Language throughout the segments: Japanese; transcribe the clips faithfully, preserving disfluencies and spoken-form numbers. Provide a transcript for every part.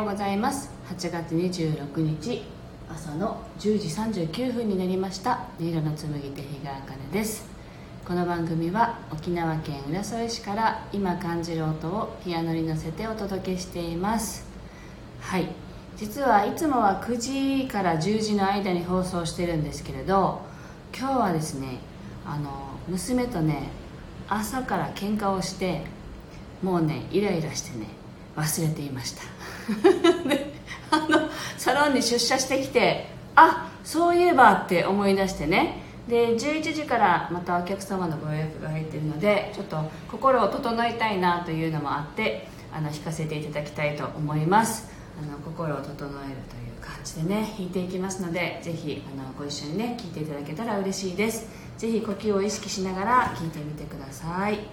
ようございます。はちがつにじゅうろくにち朝のじゅうじさんじゅうきゅうふんになりました。音色の紡ぎ手日川茜です。この番組は沖縄県浦添市から今感じる音をピアノに乗せてお届けしています。はい、実はいつもはくじからじゅうじの間に放送してるんですけれど、今日はですねあの娘とね朝から喧嘩をして、もうねイライラしてね忘れていましたであのサロンに出社してきて、あ、そういえばって思い出してね、でじゅういちじからまたお客様のご予約が入っているので、ちょっと心を整えたいなというのもあって、あの弾かせていただきたいと思います。あの心を整えるという感じでね弾いていきますので、ぜひあのご一緒にね聴いていただけたら嬉しいです。ぜひ呼吸を意識しながら聴いてみてください。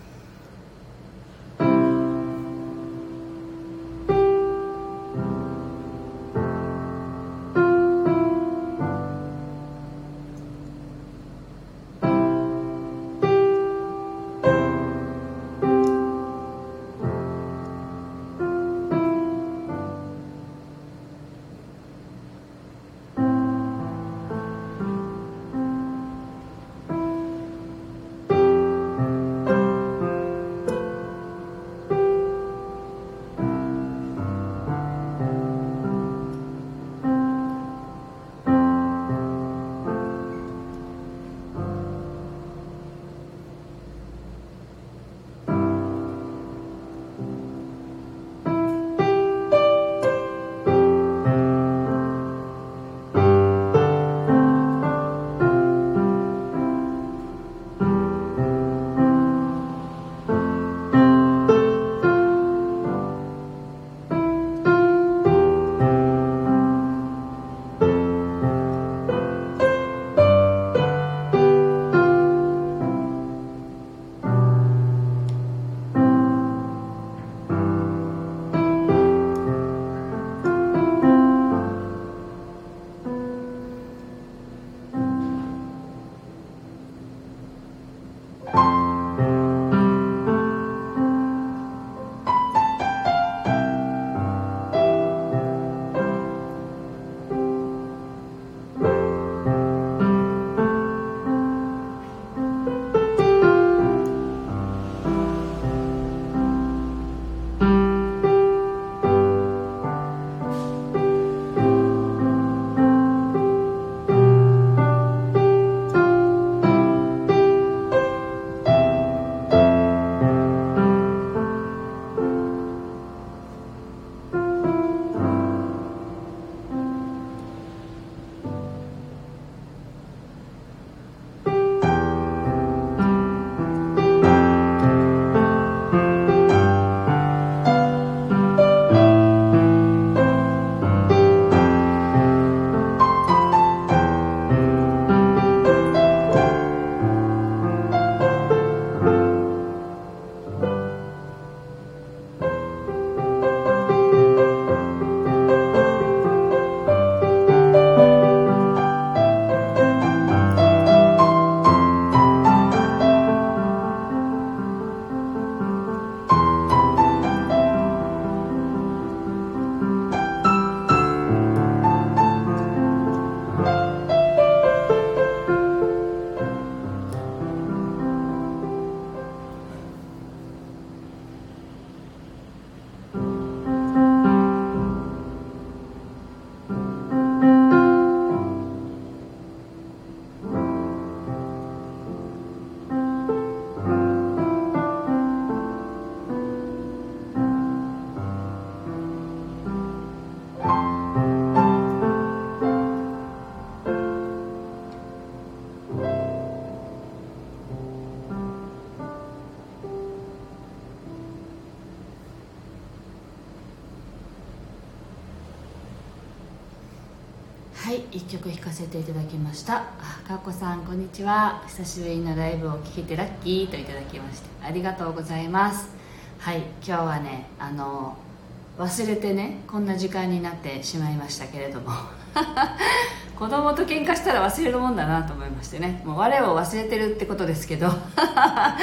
はい、いっきょく弾かせていただきました。あ、かっこさんこんにちは。久しぶりのライブを聴けてラッキーといただきましてありがとうございます。はい、今日はねあの忘れてねこんな時間になってしまいましたけれども子供と喧嘩したら忘れるもんだなと思いましてね、もう我を忘れてるってことですけど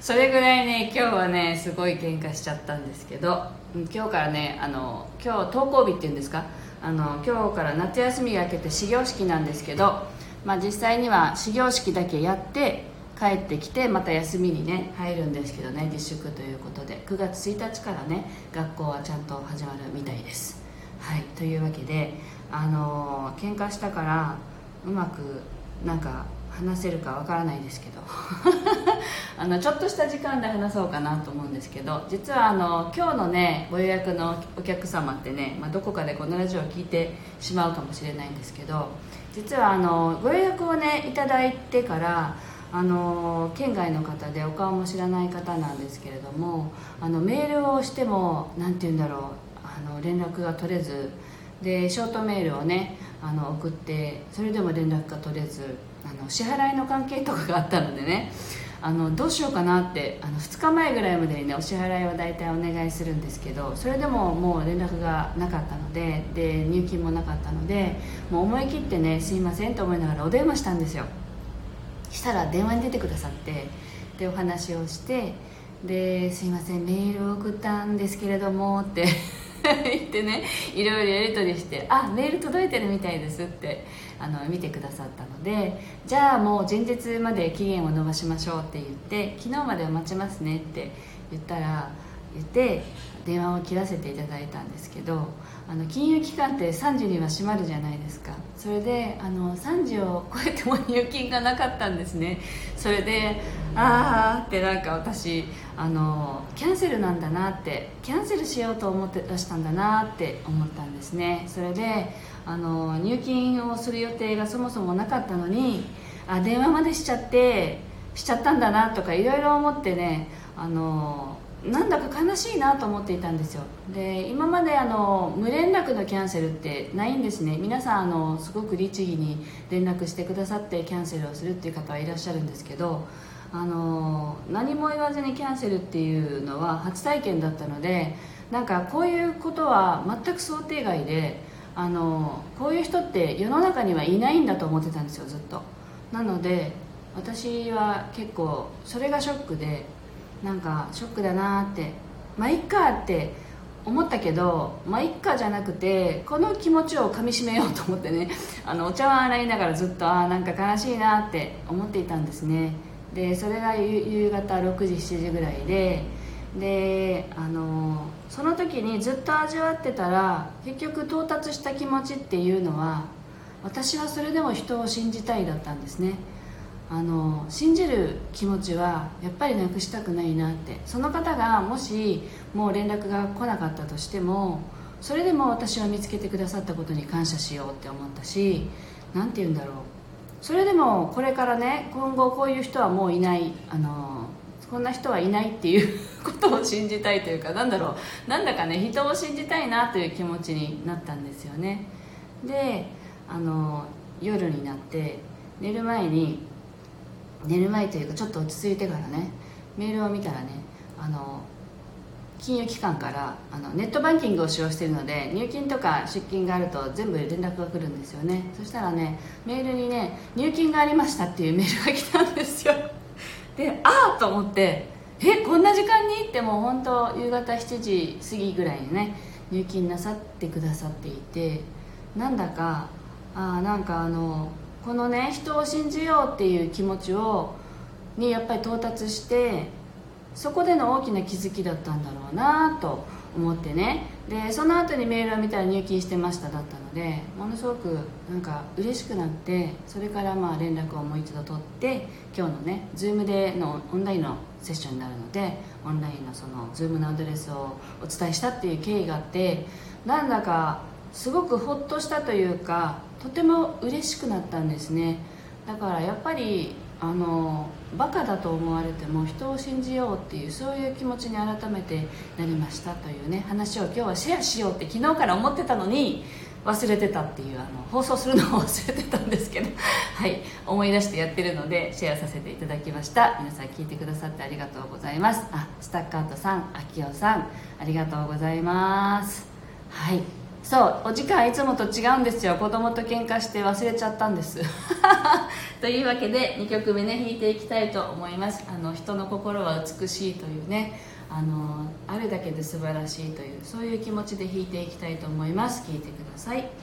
それぐらいね今日はねすごい喧嘩しちゃったんですけど、今日からねあの今日登校日っていうんですか、あの今日から夏休みが明けて始業式なんですけど、まあ、実際には始業式だけやって帰ってきてまた休みにね入るんですけどね、自粛ということでくがつついたちからね学校はちゃんと始まるみたいです。はい、というわけであの喧嘩したからうまくなんか話せるかわからないですけどあのちょっとした時間で話そうかなと思うんですけど、実はあの今日のねご予約のお客様ってね、まあ、どこかでこのラジオを聞いてしまうかもしれないんですけど、実はあのご予約をねいただいてからあの県外の方でお顔も知らない方なんですけれども、あのメールをしても何て言うんだろう、あの連絡が取れずで、ショートメールをねあの送ってそれでも連絡が取れず、あの支払いの関係とかがあったのでね、あのどうしようかなってあのふつかまえぐらいまでにねお支払いは大体お願いするんですけど、それでももう連絡がなかったので、で入金もなかったので、もう思い切ってねすいませんと思いながらお電話したんですよ。したら電話に出てくださって、でお話をして、ですいませんメールを送ったんですけれどもって言ってね、いろいろやり取りして、あメール届いてるみたいですってあの見てくださったので、じゃあもう前日まで期限を延ばしましょうって言って、昨日まで待ちますねって言ったら言って電話を切らせていただいたんですけど、あの金融機関ってさんじには閉まるじゃないですか。それであのさんじを超えても入金がなかったんですね。それであーってなんか私あのキャンセルなんだなって、キャンセルしようと思って出したんだなって思ったんですね。それであの入金をする予定がそもそもなかったのに、あ電話までしちゃってしちゃったんだなとかいろいろ思ってね、あのなんだか悲しいなと思っていたんですよ。で今まであの無連絡のキャンセルってないんですね。皆さんあのすごく律儀に連絡してくださってキャンセルをするっていう方はいらっしゃるんですけど、あの何も言わずにキャンセルっていうのは初体験だったので、なんかこういうことは全く想定外で、あのこういう人って世の中にはいないんだと思ってたんですよずっと。なので私は結構それがショックで、なんかショックだなって、まあいっかって思ったけど、まあいっかじゃなくてこの気持ちをかみしめようと思ってね、あのお茶碗洗いながらずっとあなんか悲しいなって思っていたんですね。でそれが夕方ろくじしちじぐらいで、であのその時にずっと味わってたら結局到達した気持ちっていうのは、私はそれでも人を信じたいだったんですね。あの信じる気持ちはやっぱりなくしたくないなって、その方がもしもう連絡が来なかったとしてもそれでも私を見つけてくださったことに感謝しようって思ったし、なんて言うんだろう、それでもこれからね今後こういう人はもういない、あのこんな人はいないっていうことを信じたいというか、なんだろう、なんだかね人を信じたいなという気持ちになったんですよね。であの夜になって寝る前に寝る前というかちょっと落ち着いてからねメールを見たらね、あの金融機関からあのネットバンキングを使用しているので入金とか出金があると全部連絡が来るんですよね。そしたらねメールにね入金がありましたっていうメールが来たんですよ。でああと思って、えこんな時間にってもう本当夕方しちじ過ぎぐらいにね入金なさってくださっていて、なんだかあなんかあのこのね人を信じようっていう気持ちをにやっぱり到達して、そこでの大きな気づきだったんだろうなと思ってね。でその後にメールを見たら入金してましただったので、ものすごくなんか嬉しくなって、それからまあ連絡をもう一度取って、今日のね Zoom でのオンラインのセッションになるのでオンラインのその Zoom のアドレスをお伝えしたっていう経緯があって、なんだかすごくほっとしたというかとても嬉しくなったんですね。だからやっぱりあのバカだと思われても人を信じようっていう、そういう気持ちに改めてなりましたというね話を今日はシェアしようって昨日から思ってたのに忘れてたっていう、あの放送するのを忘れてたんですけどはい思い出してやってるのでシェアさせていただきました。皆さん聞いてくださってありがとうございます。あスタッカートさん、あきおさんありがとうございます。はいそうお時間いつもと違うんですよ。子供と喧嘩して忘れちゃったんですというわけでにきょくめね弾いていきたいと思います。あの人の心は美しいというね、あのあるだけで素晴らしいという、そういう気持ちで弾いていきたいと思います。聴いてください。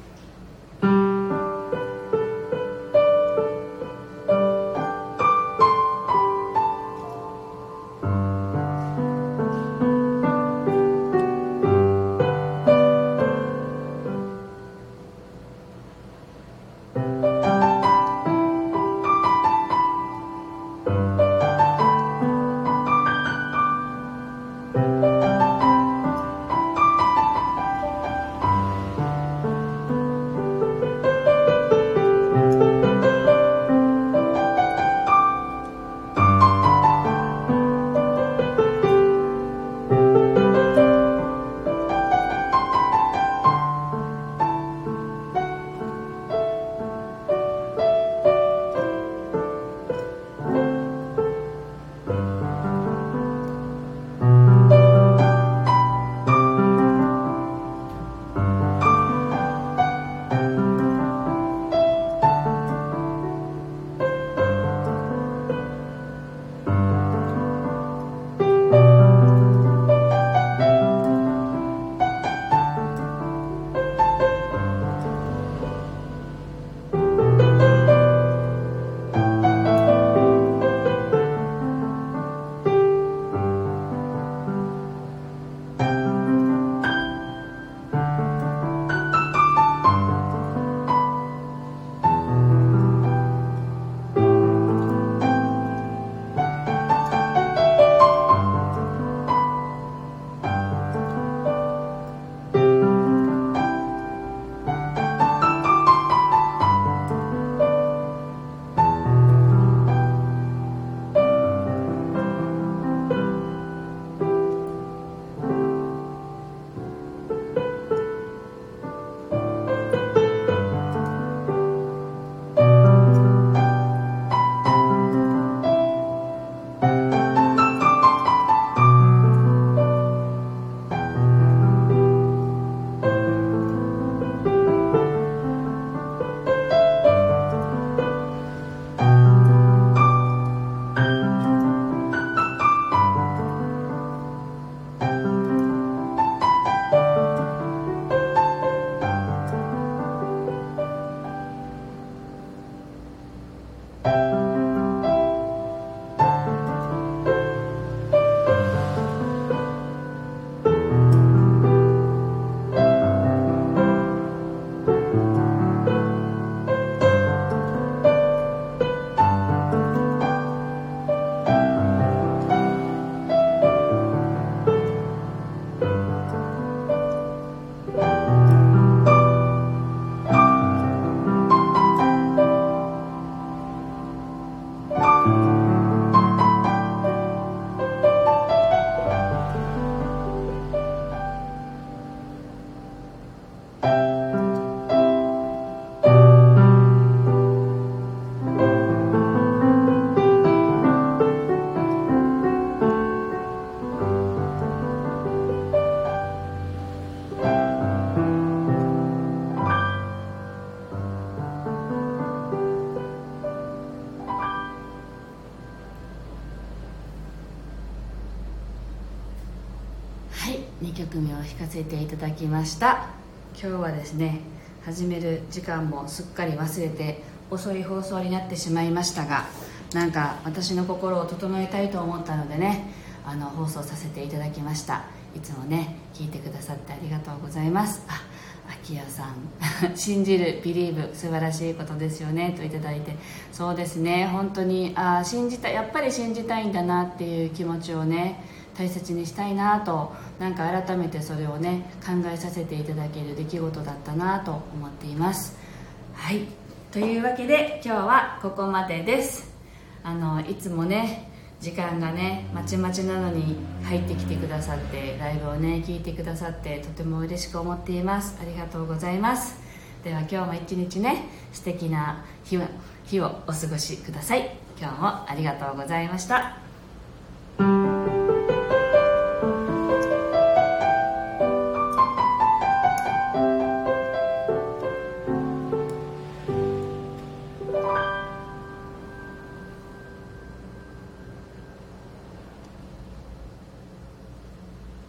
はい、にきょくめを弾かせていただきました。今日はですね、始める時間もすっかり忘れて遅い放送になってしまいましたが、なんか私の心を整えたいと思ったのでね、あの放送させていただきました。いつもね聞いてくださってありがとうございます。あ、秋谷さん信じるビリーブ素晴らしいことですよねといただいて、そうですね、本当にあ信じたやっぱり信じたいんだなっていう気持ちをね大切にしたいなと、なんか改めてそれをね考えさせていただける出来事だったなと思っています。はい、というわけで今日はここまでです。あのいつもね時間がねまちまちなのに入ってきてくださって、ライブをね聞いてくださってとても嬉しく思っています。ありがとうございます。では今日も一日ね素敵な日を、日をお過ごしください。今日もありがとうございました。